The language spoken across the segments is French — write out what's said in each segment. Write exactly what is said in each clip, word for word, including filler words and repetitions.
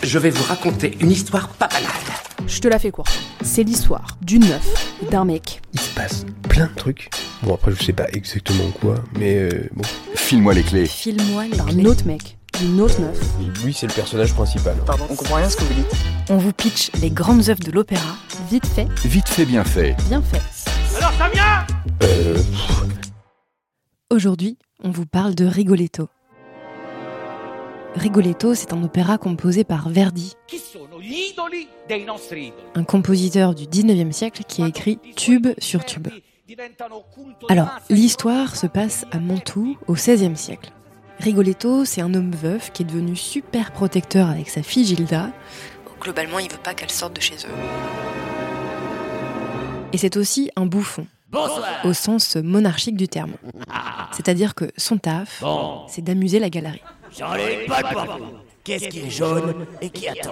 je vais vous raconter une histoire pas banale. Je te la fais courte. C'est l'histoire d'une meuf, d'un mec. Il se passe plein de trucs. Bon, après, je sais pas exactement quoi, mais euh, bon. File-moi les clés. File-moi les clés. D'un autre mec, d'une autre meuf. Lui, c'est le personnage principal. Pardon, on comprend rien à ce que vous dites. On vous pitch les grandes œuvres de l'opéra, vite fait, Vite fait, bien fait. bien fait. Alors ça vient Euh... Aujourd'hui, on vous parle de Rigoletto. Rigoletto, c'est un opéra composé par Verdi, un compositeur du dix-neuvième siècle qui a écrit tube sur tube. Alors, l'histoire se passe à Mantoue, au seizième siècle. Rigoletto, c'est un homme veuf qui est devenu super protecteur avec sa fille Gilda. Globalement, il veut pas qu'elle sorte de chez eux. Et c'est aussi un bouffon, Bonsoir. au sens monarchique du terme. C'est-à-dire que son taf, Bon, c'est d'amuser la galerie. j'en ai pas de pour vous. Qu'est-ce qui est jaune et qui attend?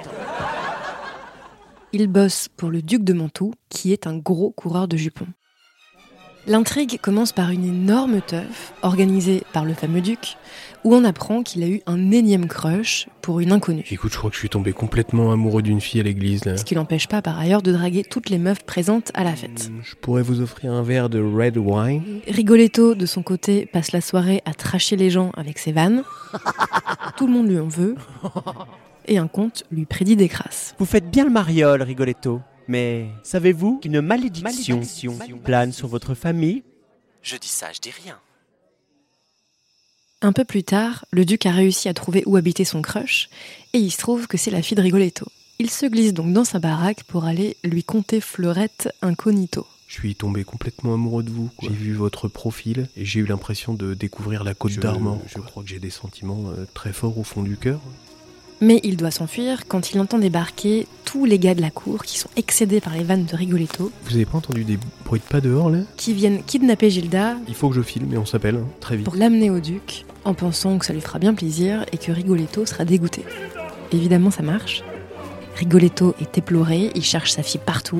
Il bosse pour le duc de Mantoue, qui est un gros coureur de jupons. L'intrigue commence par une énorme teuf organisée par le fameux duc, où on apprend qu'il a eu un énième crush pour une inconnue. Écoute, je crois que je suis tombé complètement amoureux d'une fille à l'église, là. Ce qui l'empêche pas par ailleurs de draguer toutes les meufs présentes à la fête. Je pourrais vous offrir un verre de red wine. Rigoletto, de son côté, passe la soirée à tracher les gens avec ses vannes. Tout le monde lui en veut. Et un conte lui prédit des crasses. Vous faites bien le mariole, Rigoletto. Mais savez-vous qu'une malédiction, plane sur votre famille? Je dis ça, je dis rien. Un peu plus tard, le duc a réussi à trouver où habitait son crush, et il se trouve que c'est la fille de Rigoletto. Il se glisse donc dans sa baraque pour aller lui conter fleurette incognito. Je suis tombé complètement amoureux de vous, quoi. J'ai vu votre profil et j'ai eu l'impression de découvrir la Côte d'Armor. Je crois que j'ai des sentiments euh, très forts au fond du cœur. Mais il doit s'enfuir quand il entend débarquer tous les gars de la cour qui sont excédés par les vannes de Rigoletto, Vous avez pas entendu des bruits de pas dehors, là? qui viennent kidnapper Gilda Il faut que je filme et on s'appelle, hein, très vite. pour l'amener au duc, en pensant que ça lui fera bien plaisir et que Rigoletto sera dégoûté. Évidemment, ça marche. Rigoletto est éploré, il cherche sa fille partout.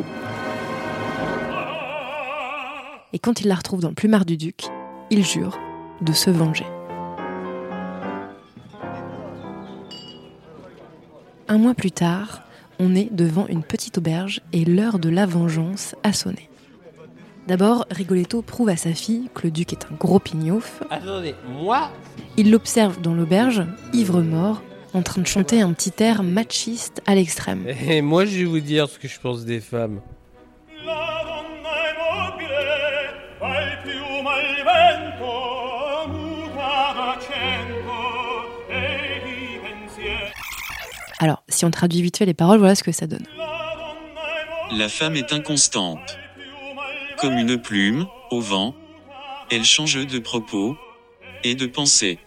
Et quand il la retrouve dans le plumard du duc, il jure de se venger. Un mois plus tard, on est devant une petite auberge et l'heure de la vengeance a sonné. D'abord, Rigoletto prouve à sa fille que le duc est un gros pignouf. Attendez, moi Il l'observe dans l'auberge, ivre-mort, en train de chanter un petit air machiste à l'extrême. Et moi, je vais vous dire ce que je pense des femmes. Alors, si on traduit vite fait les paroles, voilà ce que ça donne. La femme est inconstante. Comme une plume, au vent, elle change de propos et de pensée.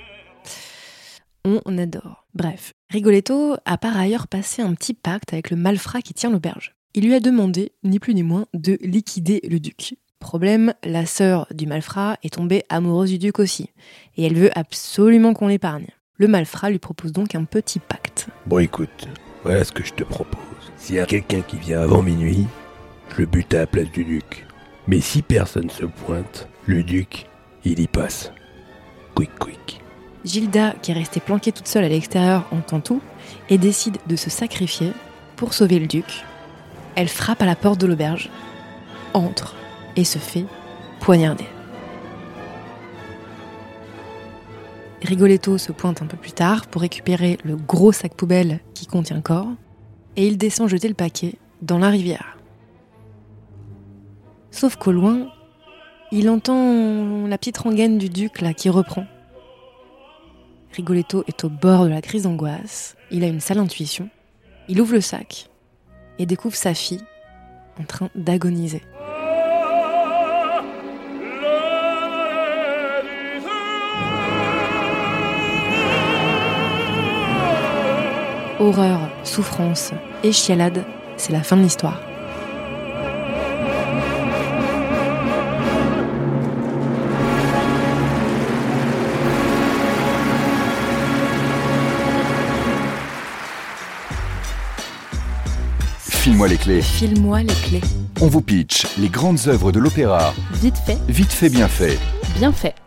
On adore. Bref, Rigoletto a par ailleurs passé un petit pacte avec le malfrat qui tient l'auberge. Il lui a demandé, ni plus ni moins, de liquider le duc. Problème, la sœur du malfrat est tombée amoureuse du duc aussi, et elle veut absolument qu'on l'épargne. Le malfrat lui propose donc un petit pacte. Bon, écoute, voilà ce que je te propose. S'il y a quelqu'un qui vient avant minuit, je le bute à la place du duc. Mais si personne se pointe, le duc, il y passe. Quick, quick. Gilda, qui est restée planquée toute seule à l'extérieur, entend tout et décide de se sacrifier pour sauver le duc. Elle frappe à la porte de l'auberge, entre et se fait poignarder. Rigoletto se pointe un peu plus tard pour récupérer le gros sac poubelle qui contient le corps et il descend jeter le paquet dans la rivière. Sauf qu'au loin, il entend la petite rengaine du duc là qui reprend. Rigoletto est au bord de la crise d'angoisse, il a une sale intuition, il ouvre le sac et découvre sa fille en train d'agoniser. Horreur, souffrance et chialade, c'est la fin de l'histoire. File-moi les clés. File-moi les clés. On vous pitch les grandes œuvres de l'opéra. Vite fait, Vite fait, bien fait. bien fait.